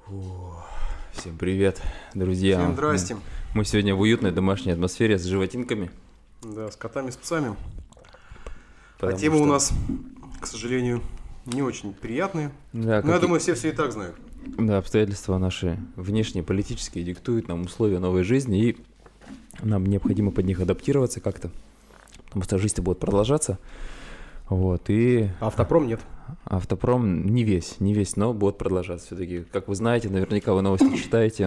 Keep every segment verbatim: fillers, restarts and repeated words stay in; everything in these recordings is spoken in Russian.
Фу. Всем привет, друзья. Всем здрасте. Мы сегодня в уютной домашней атмосфере с животинками. Да, с котами, с псами. Потому а темы что... у нас, к сожалению, не очень приятные. Да, Но как... я думаю, все все и так знают. Да, обстоятельства наши внешние, политические диктуют нам условия новой жизни, и нам необходимо под них адаптироваться как-то, потому что жизнь-то будет продолжаться. Вот, и... Автопром нет. Автопром не весь, не весь, но будет продолжаться все-таки. Как вы знаете, наверняка вы новости читаете,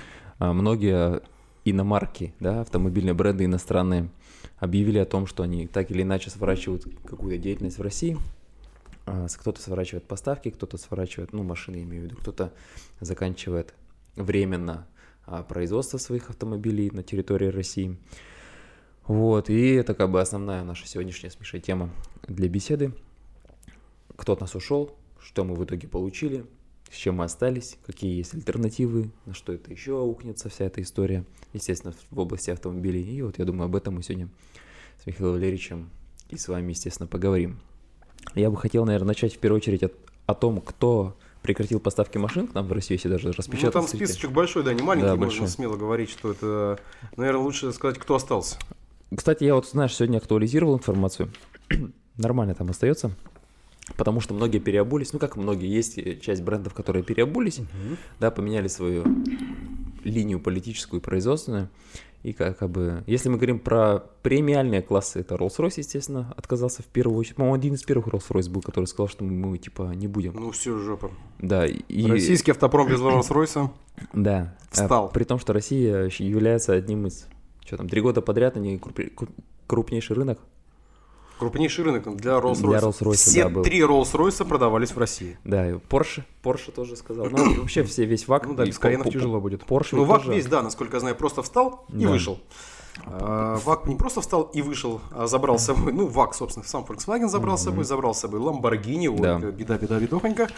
многие иномарки, да, автомобильные бренды иностранные объявили о том, что они так или иначе сворачивают какую-то деятельность в России. Кто-то сворачивает поставки, кто-то сворачивает, ну, машины, я имею в виду, кто-то заканчивает временно производство своих автомобилей на территории России. Вот, и это как бы основная наша сегодняшняя с Мишей тема для беседы. Кто от нас ушел, что мы в итоге получили, с чем мы остались, какие есть альтернативы, на что это еще аукнется вся эта история, естественно, в области автомобилей. И вот я думаю, об этом мы сегодня с Михаилом Валерьевичем и с вами, естественно, поговорим. Я бы хотел, наверное, начать в первую очередь от, о том, кто прекратил поставки машин к нам в Россию, если даже распечатать. Ну, там списочек большой, да, не маленький, да, можно большой. Смело говорить, что это, наверное, лучше сказать, кто остался. Кстати, я вот, знаешь, сегодня актуализировал информацию, нормально там остается. Потому что многие переобулись, ну как многие, есть часть брендов, которые переобулись, uh-huh. да, поменяли свою линию политическую и производственную. И как, как бы, если мы говорим про премиальные классы, это Rolls-Royce, естественно, отказался в первую очередь. По-моему, один из первых Rolls-Royce был, который сказал, что мы, типа, не будем. Ну все, жопа. Да, и... Российский автопром без Rolls-Royce да, встал. А, при том, что Россия является одним из, что там, три года подряд, они крупнейший рынок. Крупнейший рынок для Rolls-Royce. Для Rolls-Royce, все да, был. три Rolls-Royce продавались в России. Да, и Porsche, Porsche тоже сказал. Ну, вообще все, весь ВАК. Ну да, без Каенов тяжело будет. Porsche ну, ВАК тоже... весь, да, насколько я знаю, просто встал и да. вышел. А, ВАК не просто встал и вышел, а забрал с собой, ну, ВАК, собственно, сам Volkswagen забрал с собой, забрал с собой Lamborghini, да. вот, беда-беда, бедохонька,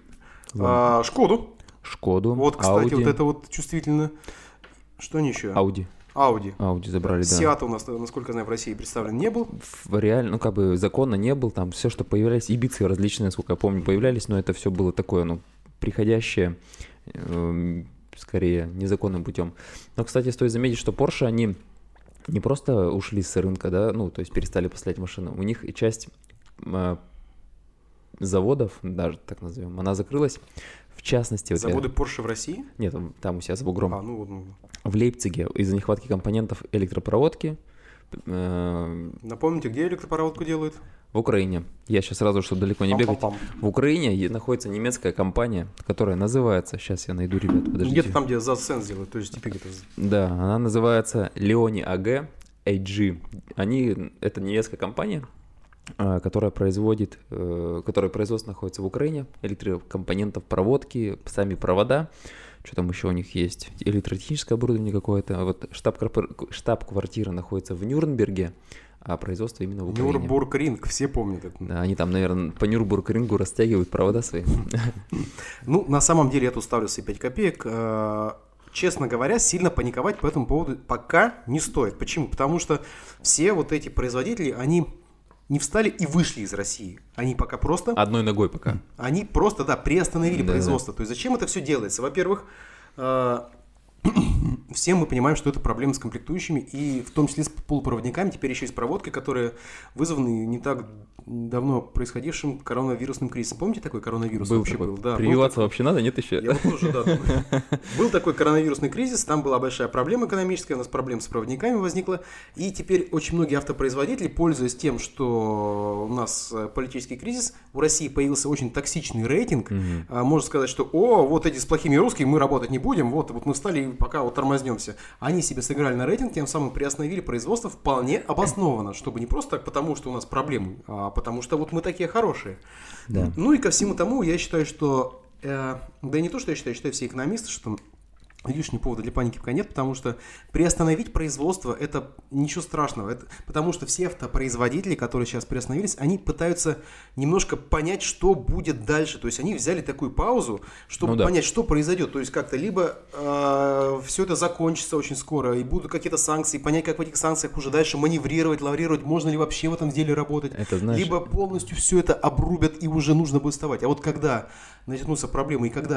а, Шкоду. Шкоду, Вот, кстати, Audi. вот это вот чувствительно. Что они еще? Ауди. Ауди. Ауди забрали, да. Сиат у нас, насколько я знаю, в России представлен не был. В, реально, ну, как бы законно не был, там все, что появлялись, ибицы различные, насколько я помню, появлялись, но это все было такое, ну, приходящее, э, скорее, незаконным путем. Но, кстати, стоит заметить, что Porsche, они не просто ушли с рынка, да, ну, то есть перестали поставлять машины, у них и часть э, заводов, даже так назовем, она закрылась. В частности... Заводы вот я... Porsche в России? Нет, там, там у себя за бугром. А, ну, ну... В Лейпциге из-за нехватки компонентов электропроводки. Э... Напомните, где электропроводку делают? В Украине. Я сейчас сразу, чтобы далеко не бегать. Пам-пам-пам. В Украине находится немецкая компания, которая называется... Сейчас я найду, ребят, подождите. Где-то там, где ZAZSense делают, то есть теперь где-то... Да, она называется Leoni эй джи, эй джи. Они... Это немецкая компания, которая производит, которая производство находится в Украине, электрокомпонентов, проводки, сами провода, что там еще у них есть, электротехническое оборудование какое-то. Вот штаб-квартира штаб находится в Нюрнберге, а производство именно в Украине. Нюрнбург-ринг, все помнят это. Да, они там, наверное, по Нюрнбург-рингу растягивают провода свои. Ну, на самом деле я тут ставлю свои пять копеек. Честно говоря, сильно паниковать по этому поводу пока не стоит. Почему? Потому что все вот эти производители, они... не встали и вышли из России. Они пока просто... Одной ногой пока. Они просто, да, приостановили да, производство. Да. То есть зачем это все делается? Во-первых, э- все мы понимаем, что это проблемы с комплектующими, и в том числе с полупроводниками, теперь еще и с проводкой, которые вызваны не так давно происходившим коронавирусным кризисом. Помните, такой коронавирус был вообще такой. был? Да, Прививаться был вообще надо, нет еще? Я вот тоже, да. Был такой коронавирусный кризис, там была большая проблема экономическая, у нас проблема с проводниками возникла, и теперь очень многие автопроизводители, пользуясь тем, что у нас политический кризис, у России появился очень токсичный рейтинг, угу. Можно сказать, что о, вот эти с плохими русскими мы работать не будем, вот, вот мы встали и пока вот тормознемся. Они себе сыграли на рейтинг, тем самым приостановили производство вполне обоснованно, чтобы не просто так, потому что у нас проблемы, а потому что вот мы такие хорошие. Да. Ну и ко всему тому, я считаю, что, э, да и не то, что я считаю, считаю все экономисты, что лишнего повода для паники пока нет, потому что приостановить производство – это ничего страшного. Это, потому что все автопроизводители, которые сейчас приостановились, они пытаются немножко понять, что будет дальше. То есть они взяли такую паузу, чтобы ну, да. понять, что произойдет. То есть как-то либо э, все это закончится очень скоро, и будут какие-то санкции, понять, как в этих санкциях уже дальше маневрировать, лаврировать, можно ли вообще в этом деле работать. Это, знаешь... Либо полностью все это обрубят, и уже нужно будет вставать. А вот когда начнутся проблемы, и когда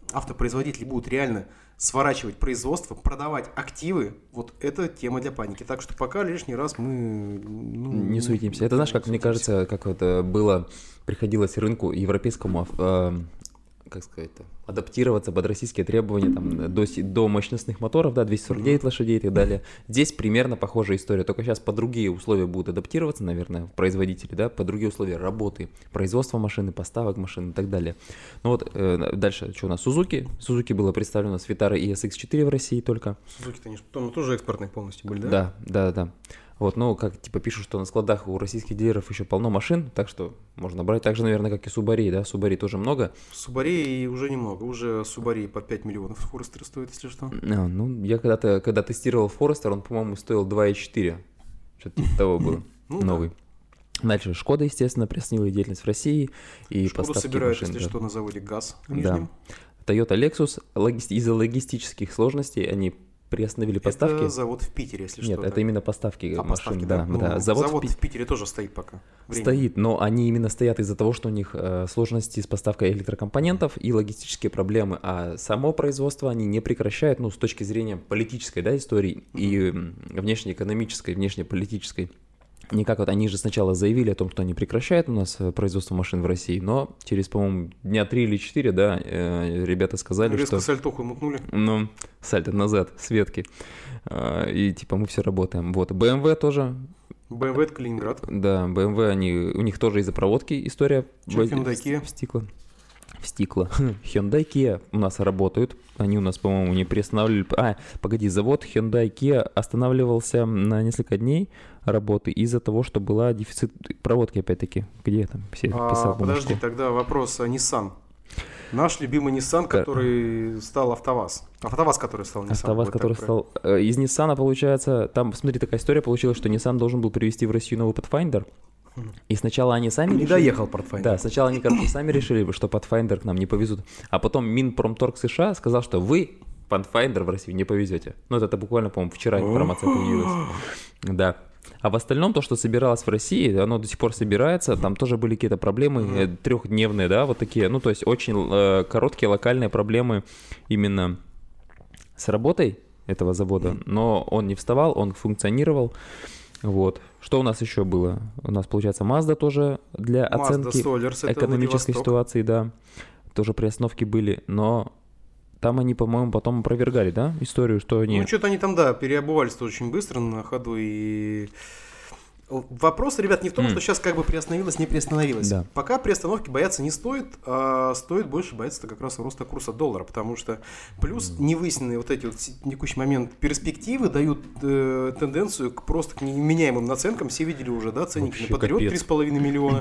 автопроизводители будут реально сворачивать производство, продавать активы, вот это тема для паники. Так что пока лишний раз мы... Ну, не суетимся. Это знаешь, как мне кажется, как это было, приходилось рынку европейскому, э, как сказать-то, адаптироваться под российские требования там, до, до мощностных моторов, да, двести сорок девять mm-hmm. лошадей и так далее. Здесь примерно похожая история, только сейчас по другие условия будут адаптироваться, наверное, производители, да, по другие условия работы, производства машины, поставок машин и так далее. Ну вот, э, дальше, что у нас, Suzuki. Suzuki было представлено с Vitara и эс икс четыре в России только. Suzuki-то они ну, тоже экспортные полностью были, да? Да, да, да. Вот, ну, как типа пишут, что на складах у российских дилеров еще полно машин, так что можно брать так же, наверное, как и Subaru, да, Subaru тоже много. Subaru уже немного, уже Subaru под пять миллионов Forester стоит, если что. А, ну, я когда-то, когда тестировал Forester, он, по-моему, стоил два и четыре, что-то типа того было, новый. Дальше Шкода, естественно, приостановила деятельность в России и Шкода поставки собирает, машин. если да. что, на заводе ГАЗ. Да. Toyota Lexus логи... из-за логистических сложностей они приостановили поставки. Это завод в Питере, если Нет, что. это так. именно поставки а, машин. поставки, да, да. Ну, да. Завод, завод в, Пи... в Питере тоже стоит пока. Время. Стоит, но они именно стоят из-за того, что у них э, сложности с поставкой электрокомпонентов и логистические проблемы, а само производство они не прекращают, ну, с точки зрения политической, да, истории mm-hmm. и внешнеэкономической, внешнеполитической. Никак вот они же сначала заявили о том, что они прекращают у нас производство машин в России, но через, по-моему, дня три или четыре, да, э, ребята сказали, резко что... Резко сальтуху мутнули. Ну, сальто назад, с ветки. Э, и типа мы все работаем. Вот, бэ эм вэ тоже... бэ эм вэ это Калининград. Да, бэ эм вэ, они, у них тоже из-за проводки история. Что, Hyundai Kia? В стекло. В стекло. Hyundai Kia у нас работают. Они у нас, по-моему, не приостанавливали... А, погоди, завод Hyundai Kia останавливался на несколько дней работы из-за того, что была дефицит проводки, опять-таки. Где я там писал? А, подожди, тогда вопрос о Nissan. Наш любимый Nissan, который стал АвтоВАЗ. АвтоВАЗ, который стал Nissan. АвтоВАЗ, который стал... Из Nissan, получается... Там, смотри, такая история получилась, что Nissan должен был привезти в Россию новый Pathfinder. И сначала они сами не решили... доехал Pathfinder. Да, сначала они, короче, сами решили, что Pathfinder к нам не повезут. А потом Минпромторг США сказал, что вы Pathfinder в Россию не повезете. Ну, это, это буквально, по-моему, вчера информация появилась. Да. А в остальном то, что собиралось в России, оно до сих пор собирается. Там тоже были какие-то проблемы mm-hmm. трехдневные, да, вот такие. Ну, то есть очень э, короткие локальные проблемы именно с работой этого завода. Mm-hmm. Но он не вставал, он функционировал. Вот. Что у нас еще было? У нас, получается, Mazda тоже для Mazda оценки Solers, экономической ситуации, да. Тоже приостановки были, но там они, по-моему, потом опровергали, да, историю, что они... Ну, что-то они там, да, переобувались очень быстро на ходу, и... Вопрос, ребят, не в том, mm. что сейчас как бы приостановилось, не приостановилось. Да. Пока приостановки бояться не стоит, а стоит больше бояться как раз роста курса доллара, потому что плюс mm. невыясненные вот эти вот в текущий момент перспективы дают э, тенденцию к просто к неменяемым наценкам. Все видели уже, да, ценники вообще на Патриот три с половиной миллиона.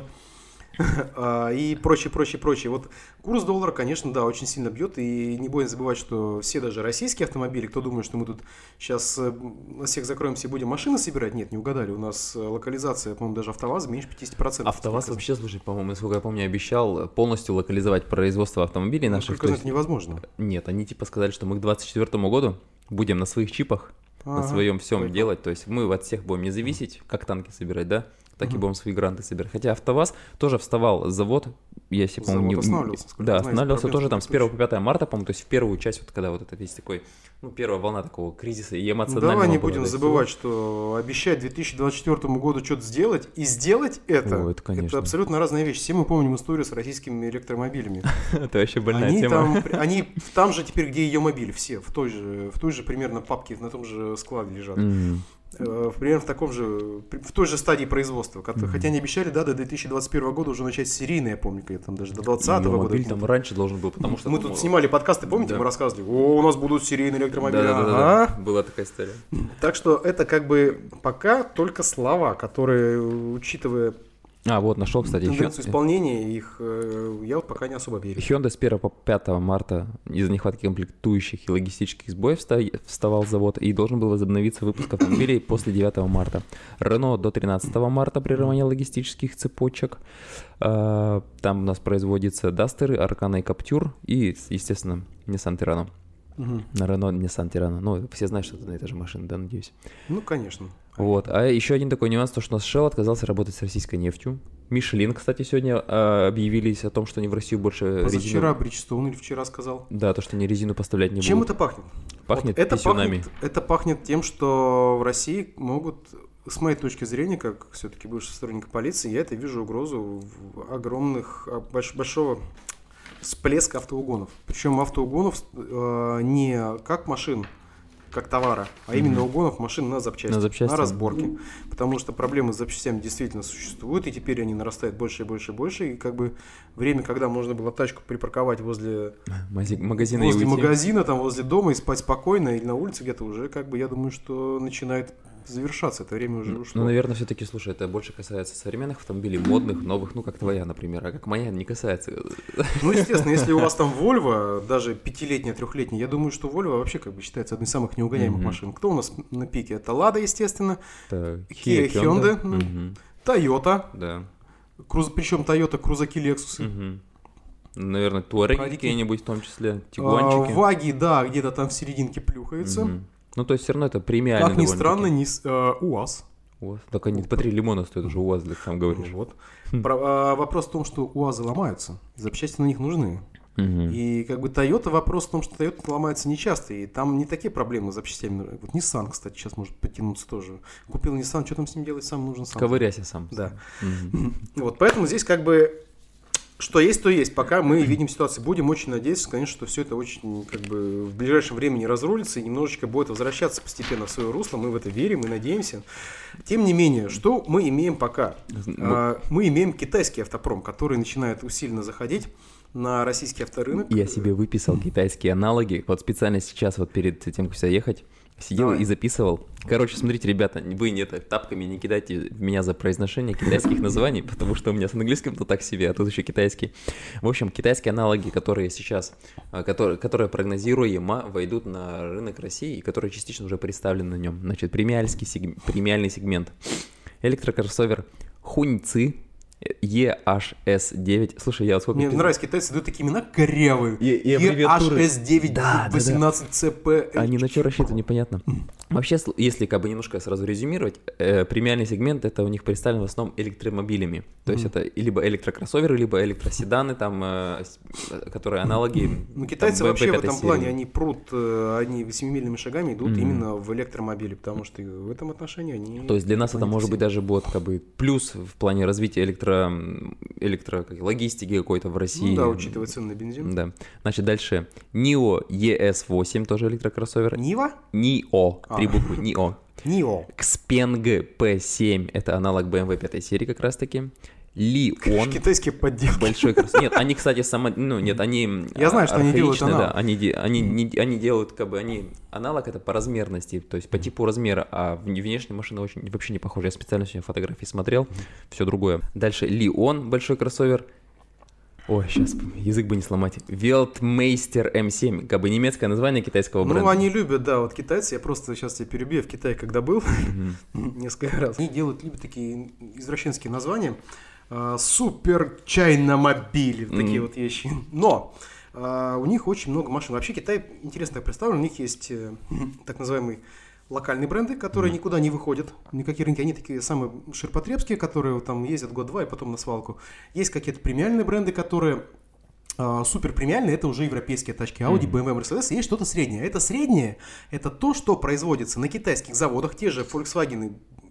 И прочее, прочее, прочее. Вот курс доллара, конечно, да, очень сильно бьет. И не будем забывать, что все даже российские автомобили, кто думает, что мы тут сейчас на всех закроемся и будем машины собирать, нет, не угадали. У нас локализация, по-моему, даже АвтоВАЗа меньше пятьдесят процентов. АвтоВАЗ вообще, слушай, по-моему, насколько я помню, обещал полностью локализовать производство автомобилей наших. Только это невозможно. Нет, они типа сказали, что мы к двадцать четвёртому году будем на своих чипах, ага, на своем всем понял. делать. То есть мы от всех будем не зависеть, как танки собирать, да? Так и будем свои гранты собирать. Хотя АвтоВАЗ тоже вставал, завод, если, по-моему, завод останавливался. Не... Да, останавливался тоже там с первого по пятое марта, по-моему, то есть в первую часть, вот когда вот это весь такой, ну, первая волна такого кризиса и эмоционального. Давай не будем забывать, что обещать к две тысячи двадцать четвёртому году что-то сделать и сделать это, О, это, это абсолютно разные вещи. Все мы помним историю с российскими электромобилями. Это вообще больная тема. Они там же теперь, где ее мобиль, все, в той же, в той же примерно папке, на том же складе лежат. Примерно в таком же, в той же стадии производства. Mm-hmm. Хотя они обещали, да, до две тысячи двадцать первого года уже начать серийное, я помню, там даже до двадцатого года. Там раньше должен был, потому что... Мы тут снимали подкасты, помните, да. мы рассказывали, о, у нас будут серийные электромобили. Да, да, да, да, да. Была такая история. Так что это как бы пока только слова, которые, учитывая... А, вот, нашел, кстати. Тенденцию Hyundai... исполнения их, я вот пока не особо верю. Hyundai с первого по пятое марта из-за нехватки комплектующих и логистических сбоев вставал завод и должен был возобновиться выпуск автомобилей после девятого марта. Renault до тринадцатого марта прерывание логистических цепочек. Там у нас производятся Duster, Arcana и Captur и, естественно, Nissan Terrano. Угу. На Renault, Nissan Terrano. Ну, все знают, что это на этой же машине, да, надеюсь? Ну, конечно. Вот. А еще один такой нюанс, то, что у нас Shell отказался работать с российской нефтью. Мишлин, кстати, сегодня э, объявились о том, что они в Россию больше Позавчера резину... Бриджстоун или вчера сказал. Да, то, что они резину поставлять не Чем будут. это пахнет? Пахнет вот это писюнами. пахнет, это пахнет тем, что в России могут, с моей точки зрения, как все-таки бывший сотрудник полиции, я это вижу угрозу в огромных, больш, большого всплеска автоугонов. Причем автоугонов э, не как машин, как товара, а mm-hmm. именно угонов машин на запчасти, на, запчасти. на разборки. Потому что проблемы с запчастями действительно существуют, и теперь они нарастают больше и больше и больше. И как бы время, когда можно было тачку припарковать возле магазина, возле, магазина там, возле дома и спать спокойно, или на улице где-то уже, как бы, я думаю, что начинает завершаться, это время уже ушло. Ну, наверное, все-таки, слушай, это больше касается современных автомобилей, модных, новых, ну, как твоя, например, а как моя не касается. Ну, естественно, если у вас там Volvo, даже пятилетняя, трехлетняя, я думаю, что Volvo вообще как бы считается одной из самых неугоняемых mm-hmm. машин. Кто у нас на пике? Это Lada, естественно, Kia, Kia, Hyundai, mm-hmm. Toyota, да. Круз, причем Toyota, крузаки, Lexus. Mm-hmm. Наверное, Touareg какие-нибудь в том числе, Тигуанчики. А, Ваги, да, где-то там в серединке плюхаются. Mm-hmm. Ну, то есть, все равно это премиально. Как ни странно, не с, э, УАЗ. УАЗ. Так они по три лимона стоят уже, УАЗ, как сам говоришь. Вот. Про, а, вопрос в том, что УАЗы ломаются, запчасти на них нужны. Uh-huh. И как бы Toyota, вопрос в том, что Toyota ломается нечасто, и там не такие проблемы с запчастями. Вот Nissan, кстати, сейчас может подтянуться тоже. Купил Nissan, что там с ним делать, сам нужен сам. Ковыряйся сам. Да. Uh-huh. Вот, поэтому здесь как бы что есть, то есть. Пока мы видим ситуацию, будем очень надеяться, конечно, что все это очень как бы в ближайшем времени разрулится и немножечко будет возвращаться постепенно в свое русло. Мы в это верим и надеемся. Тем не менее, что мы имеем пока? А, мы имеем китайский автопром, который начинает усиленно заходить на российский авторынок. Я себе выписал китайские аналоги. Вот специально сейчас, вот перед тем, как сюда ехать, сидел Давай. и записывал. Короче, смотрите, ребята, вы не так, тапками не кидайте меня за произношение китайских названий, потому что у меня с английским-то так себе, а тут еще китайский. В общем, китайские аналоги, которые сейчас, которые, которые прогнозируемо войдут на рынок России и которые частично уже представлены на нем. Значит, премиальский сег... премиальный сегмент. Электрокроссовер Хуньци и эйч эс девять. Слушай, я вот сколько... Мне нравится, китайцы дают такие имена корявые. И, и и эйч эс девять да, восемнадцать си пи. Да, да. Они на что рассчитаны, непонятно. Вообще, если как бы немножко сразу резюмировать, э, премиальный сегмент, это у них представлен в основном электромобилями. То есть mm. это либо электрокроссоверы, либо электроседаны, там, э, которые аналоги. Ну, китайцы там, вообще в этом серии. плане, они прут, они семимильными шагами идут mm. именно в электромобили, потому что в этом отношении они... То есть для нас это может быть даже будет как бы плюс в плане развития электро, электро как, логистики какой-то в России. Ну да, учитывая цены на бензин. Да. Значит, дальше нио и эс восемь, тоже электрокроссовер. Нива? нио. Три буквы, нио. нио. Xpeng пи семь, это аналог бэ эм вэ пятой серии как раз-таки. Лион. Китайские подделки. Большой кросс. Нет, они, кстати, само... ну, нет, они Я знаю, что они делают аналог. Да, они, они, не, они делают, как бы, они... Аналог это по размерности, то есть по типу размера, а внешняя машина очень, вообще не похожа. Я специально сегодня фотографии смотрел, mm-hmm. все другое. Дальше Лион, большой кроссовер. Ой, сейчас язык бы не сломать. Weltmeister эм семь, как бы немецкое название китайского бренда. Ну, они любят, да, вот китайцы, я просто сейчас тебя перебью, я в Китае когда был, mm-hmm. несколько раз. Они делают, любят такие извращенские названия. Супер чайномобили, mm-hmm. такие вот вещи. Но а, у них очень много машин. Вообще Китай интересно представлен, у них есть э, так называемый локальные бренды, которые mm-hmm. никуда не выходят, никакие рынки, они такие самые ширпотребские, которые там ездят год-два и потом на свалку. Есть какие-то премиальные бренды, которые э, супер премиальные, это уже европейские тачки Audi, mm-hmm. бэ эм вэ, Mercedes, есть что-то среднее. Это среднее, это то, что производится на китайских заводах, те же Volkswagen,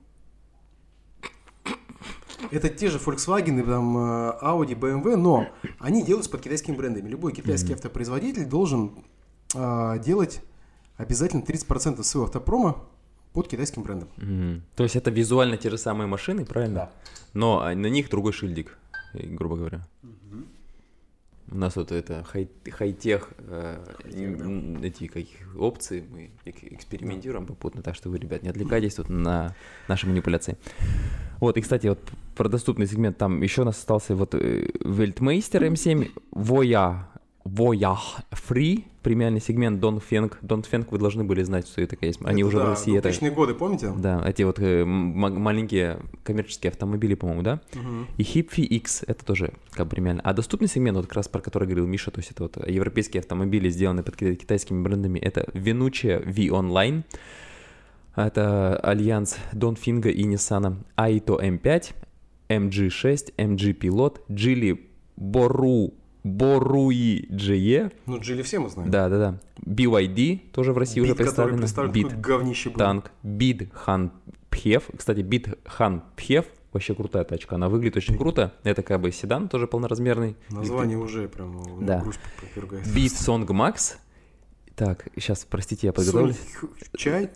это те же Volkswagen, там, Audi, бэ эм вэ, но они делаются под китайскими брендами. Любой китайский mm-hmm. автопроизводитель должен э, делать обязательно тридцать процентов своего автопрома под китайским брендом. Mm-hmm. То есть это визуально те же самые машины, правильно? Да. Но на них другой шильдик, грубо говоря. Mm-hmm. У нас вот это хай- хай-тех, э, эти каких опции, мы экспериментируем yeah. попутно, так что вы, ребят, не отвлекайтесь тут на наши манипуляции. Вот, и, кстати, вот про доступный сегмент, там еще у нас остался вот Weltmeister эм семь, Voyah, Voyah Free, премиальный сегмент Dongfeng. Dongfeng вы должны были знать, что это такая есть. Они это, уже да, в России. двухтысячные годы, помните? Да, эти вот э, м- маленькие коммерческие автомобили, по-моему, да? Угу. И Hipfi X, это тоже как бы премиально. А доступный сегмент, вот как раз про который говорил Миша, то есть это вот европейские автомобили, сделанные под китайскими брендами, это Venucia V-Online. Это альянс Dongfeng и Nissan. Aito эм пять, эм джи шесть, эм джи Pilot, Geely Boru, Boruи джи и. Ну, Geely все мы знаем. Да, да, да. би вай ди тоже в России Бит, уже представлено. Бит, говнище был. Танк, Бидхан Пхев. Кстати, Бидхан Пхев вообще крутая тачка. Она выглядит очень круто. Это как бы седан, тоже полноразмерный. Название уже прям да. грусть попергает. Бит Сонг Макс. Так, сейчас, простите, я подготовлюсь. Чай?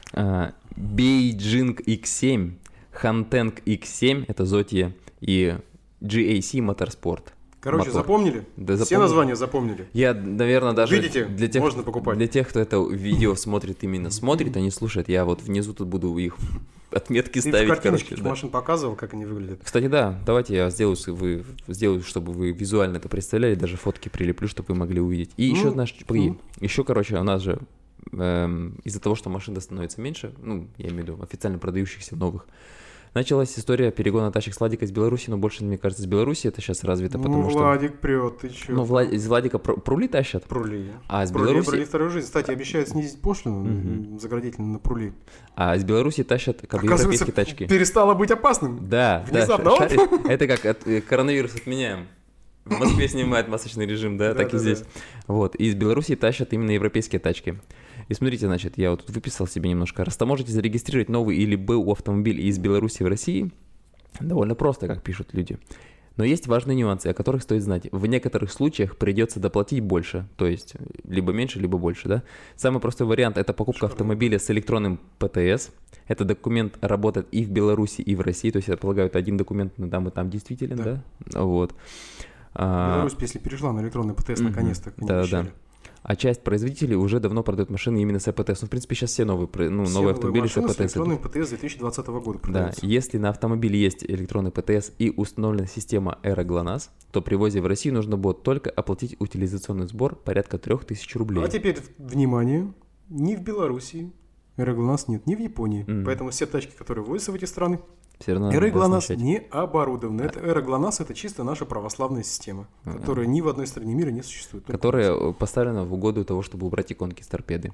Бейджинг икс семь, Хантенг икс семь, это Зотье, и джи эй си Motorsport. Короче, мотор. Запомнили? Да, Все запомнили. названия запомнили? Я, наверное, даже... Видите, для тех, можно покупать. Для тех, кто это видео смотрит, именно смотрит, а не слушает, я вот внизу тут буду их отметки Ты ставить. в картиночке короче, да. машин показывал, как они выглядят? Кстати, да, давайте я сделаю, вы, сделаю, чтобы вы визуально это представляли, даже фотки прилеплю, чтобы вы могли увидеть. И ну, еще, наш, погоди, ну. еще, короче, у нас же эм, из-за того, что машин становится меньше, ну, я имею в виду официально продающихся новых, началась история перегона тачек с Владика из Беларуси, но больше, мне кажется, из Беларуси это сейчас развито, потому ну, что... Владик прет, ты чё? Ну, Влад... из Владика пр... прули тащат? Прули. А из прули, Беларуси... Прули вторую жизнь. Кстати, обещают снизить пошлину mm-hmm. заградительно на прули. А из Беларуси тащат как бы европейские тачки. Перестало быть опасным. Да, внезапно. Да, ш... это как от... коронавирус отменяем. В Москве снимают масочный режим, да, так и здесь. Вот, и из Беларуси тащат именно европейские тачки. И смотрите, значит, я вот тут выписал себе немножко. Раз можете зарегистрировать новый или БУ автомобиль из Беларуси в России, довольно просто, как пишут люди. Но есть важные нюансы, о которых стоит знать. В некоторых случаях придется доплатить больше, то есть либо меньше, либо больше, да. Самый простой вариант – это покупка автомобиля с электронным ПТС. Этот документ работает и в Беларуси, и в России, то есть, я полагаю, это один документ там и там действителен, да? да? Вот. Беларусь, если перешла на электронный ПТС, наконец-то, да, да. А часть производителей уже давно продают машины именно с ЭПТС. Ну, в принципе, сейчас все новые, ну, все новые автомобили с ЭПТС. С электронным ПТС две тысячи двадцатого года продаются. Да, если на автомобиле есть электронный ПТС и установлена система Эра ГЛОНАСС, то при ввозе в Россию нужно будет только оплатить утилизационный сбор порядка трех тысяч рублей. А теперь, внимание, ни в Беларуси Эра ГЛОНАСС нет, ни в Японии. Mm. Поэтому все тачки, которые ввозятся в эти страны, Эра ГЛОНАСС не оборудованы. Это Эра ГЛОНАСС — это чисто наша православная система, которая ни в одной стране мира не существует. Которая поставлена в угоду того, чтобы убрать иконки с торпеды.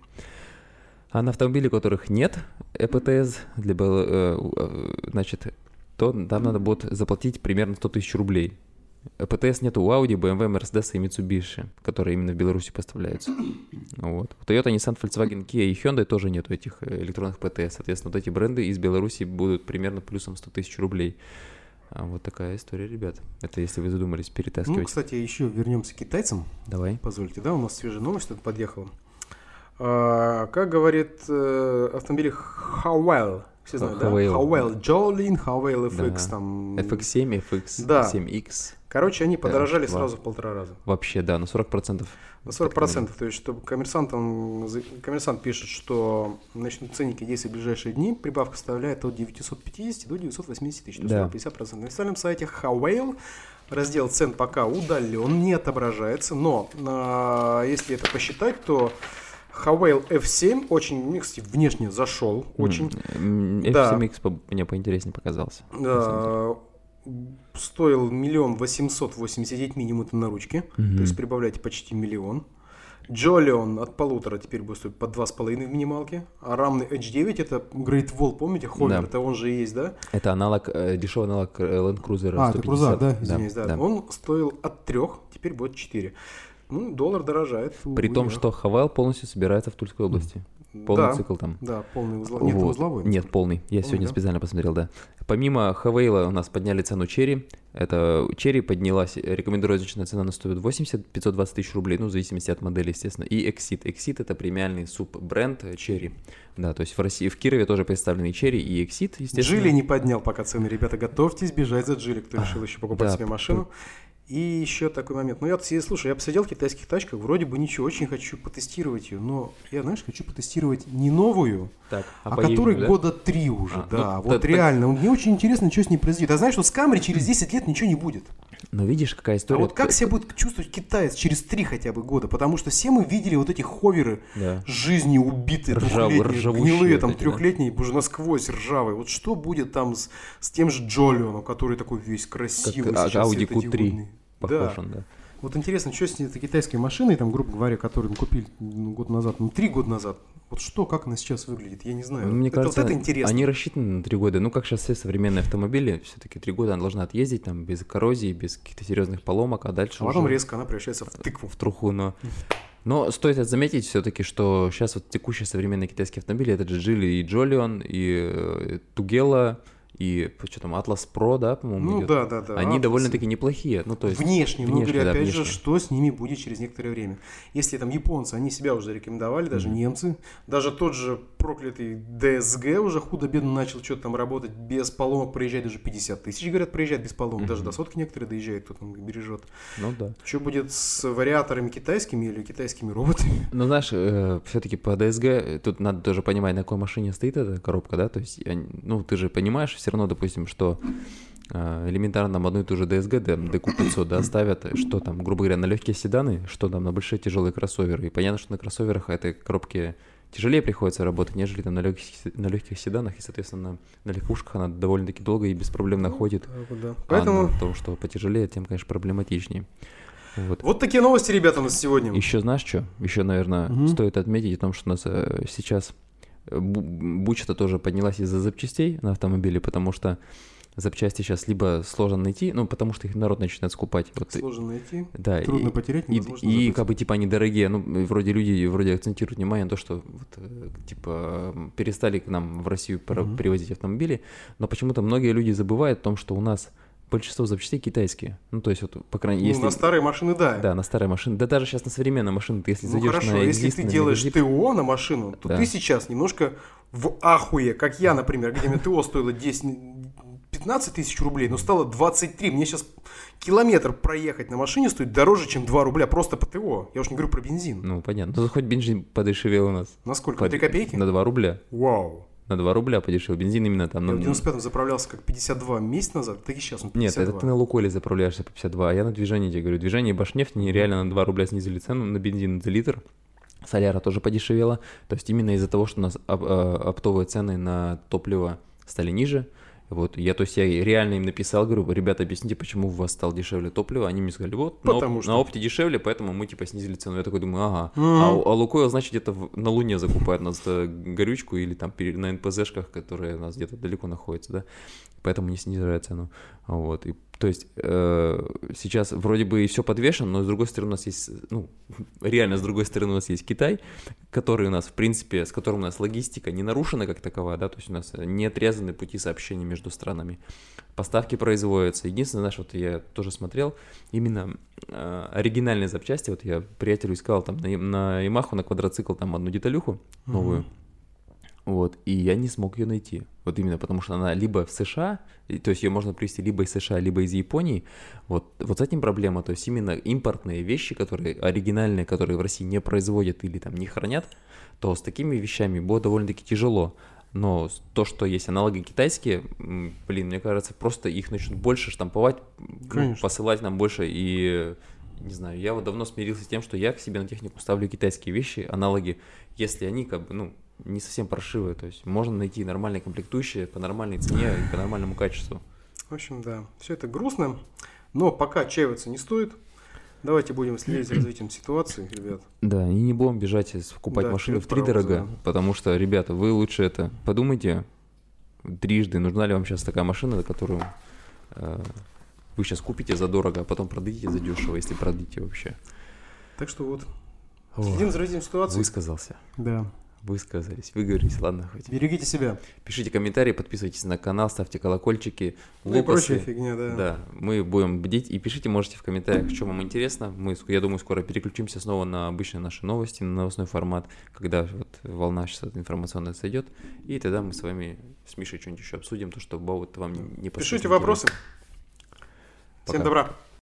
А на автомобиле, у которых нет ЭПТС, для, значит, то там надо будет заплатить примерно сто тысяч рублей. ЭПТС нет у Audi, бэ эм вэ, Mercedes и Mitsubishi, которые именно в Беларуси поставляются. Вот. У Toyota, Nissan, Volkswagen, Kia и Hyundai тоже нету этих электронных ПТС. Соответственно, вот эти бренды из Беларуси будут примерно плюсом сто тысяч рублей. А вот такая история, ребят. Это если вы задумались перетаскивать. Ну, кстати, еще вернемся к китайцам. Давай. Позвольте, да, у нас свежая новость тут подъехала. А, как говорит э, автомобили Howell. Все знают, да? Howell Jolene, Howell эф икс, да. там... эф икс семь, эф икс семь икс. Короче, они подорожали да, сразу в полтора раза. Вообще, да, на сорок процентов. На сорок процентов. То есть, чтобы коммерсант, он, коммерсант пишет, что начнут ценники действовать в ближайшие дни, прибавка составляет от девятисот пятидесяти до девятисот восьмидесяти тысяч, то есть да. пятьдесят процентов. На официальном сайте Howell раздел цен пока удален, не отображается, но а, если это посчитать, то Howell эф семь очень, кстати, внешне зашел, очень. эф семь икс да. мне поинтереснее показался. Да, стоил миллион восемьсот восемьдесят девять минимум на ручке, mm-hmm. то есть прибавляйте почти миллион. Jolion от полутора теперь будет стоить по два с половиной в минималке, а рамный эйч девять это Great Wall, помните, Hover, да. это он же и есть, да? Это аналог, дешевый аналог Land Cruiser а, сто пятьдесят. А, это Cruiser, да, извиняюсь, да. да. Он стоил от трех, теперь будет четыре. Ну, доллар дорожает. При том, что Howell полностью собирается в Тульской области. Полный да, цикл там. Да, полный узловой. Нет, вот. узловой. Нет, полный. Я полный, сегодня да? специально посмотрел, да. Помимо Howell у нас подняли цену Cherry. Это Cherry поднялась, рекомендуемая цена на сто восемьдесят - пятьсот двадцать тысяч рублей, ну, в зависимости от модели, естественно. И Exit. Exit это премиальный суббренд Cherry. Да, то есть в России, в Кирове тоже представлены и Cherry, и Exit, естественно. Geely не поднял пока цены, ребята, готовьтесь бежать за Geely, кто решил еще покупать да, себе машину. И еще такой момент. Ну, я, слушай, я посидел в китайских тачках, вроде бы ничего, очень хочу потестировать ее, но я, знаешь, хочу потестировать не новую, так, а, а которой да? года три уже, а, да, ну, вот да, реально. Так... Мне очень интересно, что с ней произойдет. А знаешь, что с Camry через десять лет ничего не будет. Но видишь, какая история. А вот как себя будет чувствовать китаец через три хотя бы года? Потому что все мы видели вот эти ховеры да. жизни убитые, Ржав, гнилые, там, трехлетние, да? уже насквозь ржавые. Вот что будет там с, с тем же Jolion, который такой весь красивый как, сейчас, Audi кью три. Похож да. он, да. Вот интересно, что с этой китайской машиной, там, грубо говоря, которую мы купили ну, год назад, ну, три года назад, вот что, как она сейчас выглядит, я не знаю. Мне это, кажется, вот это интересно. Они рассчитаны на три года. Ну, как сейчас все современные автомобили, все-таки три года она должна отъездить там без коррозии, без каких-то серьезных поломок, а дальше А потом уже резко она превращается в тыкву. в труху, но... Но стоит заметить все-таки, что сейчас вот текущие современные китайские автомобили, это же Geely и Jolion, и э, Tugela, и что там, Atlas Pro, да, по-моему, Ну идет? да, да, да. Они Atlas. довольно-таки неплохие. Ну, то есть, внешне, ну, внешне, говоря, да, опять внешне. же, что с ними будет через некоторое время. Если там японцы, они себя уже рекомендовали, даже mm-hmm. немцы, даже тот же проклятый ди эс джи уже худо-бедно начал что-то там работать без поломок, проезжать даже пятьдесят тысяч, говорят, проезжать без поломок, mm-hmm. даже до сотки некоторые доезжают, кто там бережет. Ну да. Что будет с вариаторами китайскими или китайскими роботами? Ну, знаешь, э, все-таки по ди эс джи тут надо тоже понимать, на какой машине стоит эта коробка, да, то есть, ну, ты же понимаешь все равно, допустим, что элементарно нам одну и ту же ди эс джи, ди кью пятьсот, да, ставят, что там, грубо говоря, на легкие седаны, что там на большие тяжелые кроссоверы. И понятно, что на кроссоверах этой коробке тяжелее приходится работать, нежели там на легких, на легких седанах, и, соответственно, на легкушках она довольно-таки долго и без проблем находит. Ну, да. А Поэтому... на том, что потяжелее, тем, конечно, проблематичнее. Вот. вот такие новости, ребята, у нас сегодня. Еще знаешь что? Еще, наверное, угу. стоит отметить о том, что у нас э, сейчас буча-то тоже поднялась из-за запчастей на автомобиле, потому что запчасти сейчас либо сложно найти, ну, потому что их народ начинает скупать. Вот, сложно найти, да, трудно и, потерять, невозможно И, и как бы, типа, они дорогие. Ну, вроде люди вроде акцентируют внимание на то, что, вот, типа, перестали к нам в Россию mm-hmm. привозить автомобили, но почему-то многие люди забывают о том, что у нас большинство запчастей китайские. Ну, то есть, вот, по крайней мере, ну, если... на старые машины, да. Да, на старые машины. Да даже сейчас на современные машины, ты если ну, зайдешь хорошо, на если ты делаешь Легазип... ТО на машину, то да. ты сейчас немножко в ахуе, как я, например, где мне ТО стоило десять-пятнадцать тысяч рублей, но стало двадцать три. Мне сейчас километр проехать на машине стоит дороже, чем два рубля просто по ТО. Я уж не говорю про бензин. Ну, понятно. Ну, хоть бензин подешевел у нас. На сколько? Под... На три копейки? На два рубля. Вау. На два рубля подешевел. Бензин именно там. Я ну... в девяносто пятом заправлялся как пятьдесят два месяц назад, так и сейчас он пятьдесят два. Нет, это ты на Лукойле заправляешься по пятьдесят два, а я на движении тебе говорю. Движение и Башнефть, они реально на два рубля снизили цену на бензин за литр. Соляра тоже подешевела. То есть именно из-за того, что у нас оптовые цены на топливо стали ниже. Вот, я, то есть, я реально им написал, говорю, ребята, объясните, почему у вас стало дешевле топливо. Они мне сказали, вот, на, оп- что... на опте дешевле, поэтому мы, типа, снизили цену. Я такой думаю, ага. Mm-hmm. А, а Лукойл, значит, где-то в, на Луне закупает нас горючку или там на эн пэ зэшках, которые у нас где-то далеко находятся, да, поэтому не снижают цену. Вот, и, то есть, э, сейчас вроде бы и все подвешено, но с другой стороны у нас есть, ну, реально с другой стороны у нас есть Китай, который у нас, в принципе, с которым у нас логистика не нарушена как таковая, да, то есть у нас не отрезаны пути сообщения между странами, поставки производятся. Единственное, знаешь, вот я тоже смотрел, именно э, оригинальные запчасти, вот я приятелю искал там на, на Yamaha, на квадроцикл там одну деталюху новую, mm-hmm. Вот, и я не смог ее найти. Вот именно потому, что она либо в США, то есть ее можно привезти либо из США, либо из Японии. Вот, вот с этим проблема. То есть именно импортные вещи, которые оригинальные, которые в России не производят или там не хранят, то с такими вещами было довольно-таки тяжело. Но то, что есть аналоги китайские, блин, мне кажется, просто их начнут больше штамповать, ну, посылать нам больше. И, не знаю, я вот давно смирился с тем, что я к себе на технику ставлю китайские вещи, аналоги, если они как бы, ну, не совсем паршивые, то есть можно найти нормальные комплектующие по нормальной цене и по нормальному качеству. В общем, да, все это грустно, но пока отчаиваться не стоит. Давайте будем следить за развитием ситуации, ребят. Да, и не будем бежать покупать да, машину втридорога, да. Потому что, ребята, вы лучше это подумайте трижды, нужна ли вам сейчас такая машина, которую э, вы сейчас купите задорого, а потом продадите задешево, если продадите вообще. Так что вот, следим за развитием ситуации. Высказался. Да. Высказались, выговорились, ладно, хоть. Берегите себя. Пишите комментарии, подписывайтесь на канал, ставьте колокольчики. Ну и прочая фигня, да. Да, мы будем бдить. И пишите, можете в комментариях, что вам интересно. Мы, я думаю, скоро переключимся снова на обычные наши новости, на новостной формат, когда вот волна сейчас информационная сойдет. И тогда мы с вами, с Мишей, что-нибудь еще обсудим, то, что вот вам не посмотрите. Пишите вопросы. Пока. Всем добра.